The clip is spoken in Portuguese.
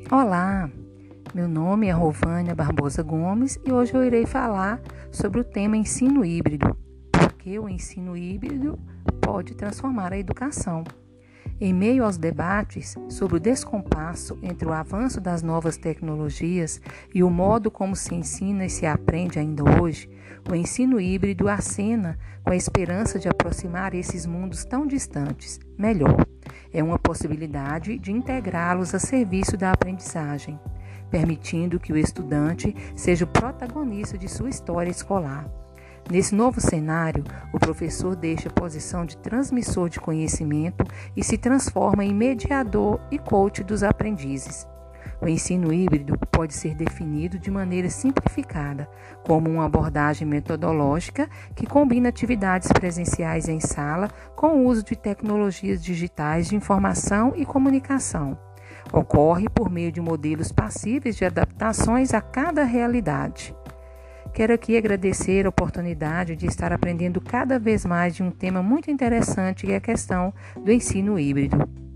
Olá, meu nome é Rovânia Barbosa Gomes e hoje eu irei falar sobre o tema ensino híbrido, porque o ensino híbrido pode transformar a educação. Em meio aos debates sobre o descompasso entre o avanço das novas tecnologias e o modo como se ensina e se aprende ainda hoje, o ensino híbrido acena com a esperança de aproximar esses mundos tão distantes. Melhor, é uma possibilidade de integrá-los a serviço da aprendizagem, permitindo que o estudante seja o protagonista de sua história escolar. Nesse novo cenário, o professor deixa a posição de transmissor de conhecimento e se transforma em mediador e coach dos aprendizes. O ensino híbrido pode ser definido de maneira simplificada, como uma abordagem metodológica que combina atividades presenciais em sala com o uso de tecnologias digitais de informação e comunicação. Ocorre por meio de modelos passíveis de adaptações a cada realidade. Quero aqui agradecer a oportunidade de estar aprendendo cada vez mais de um tema muito interessante, que é a questão do ensino híbrido.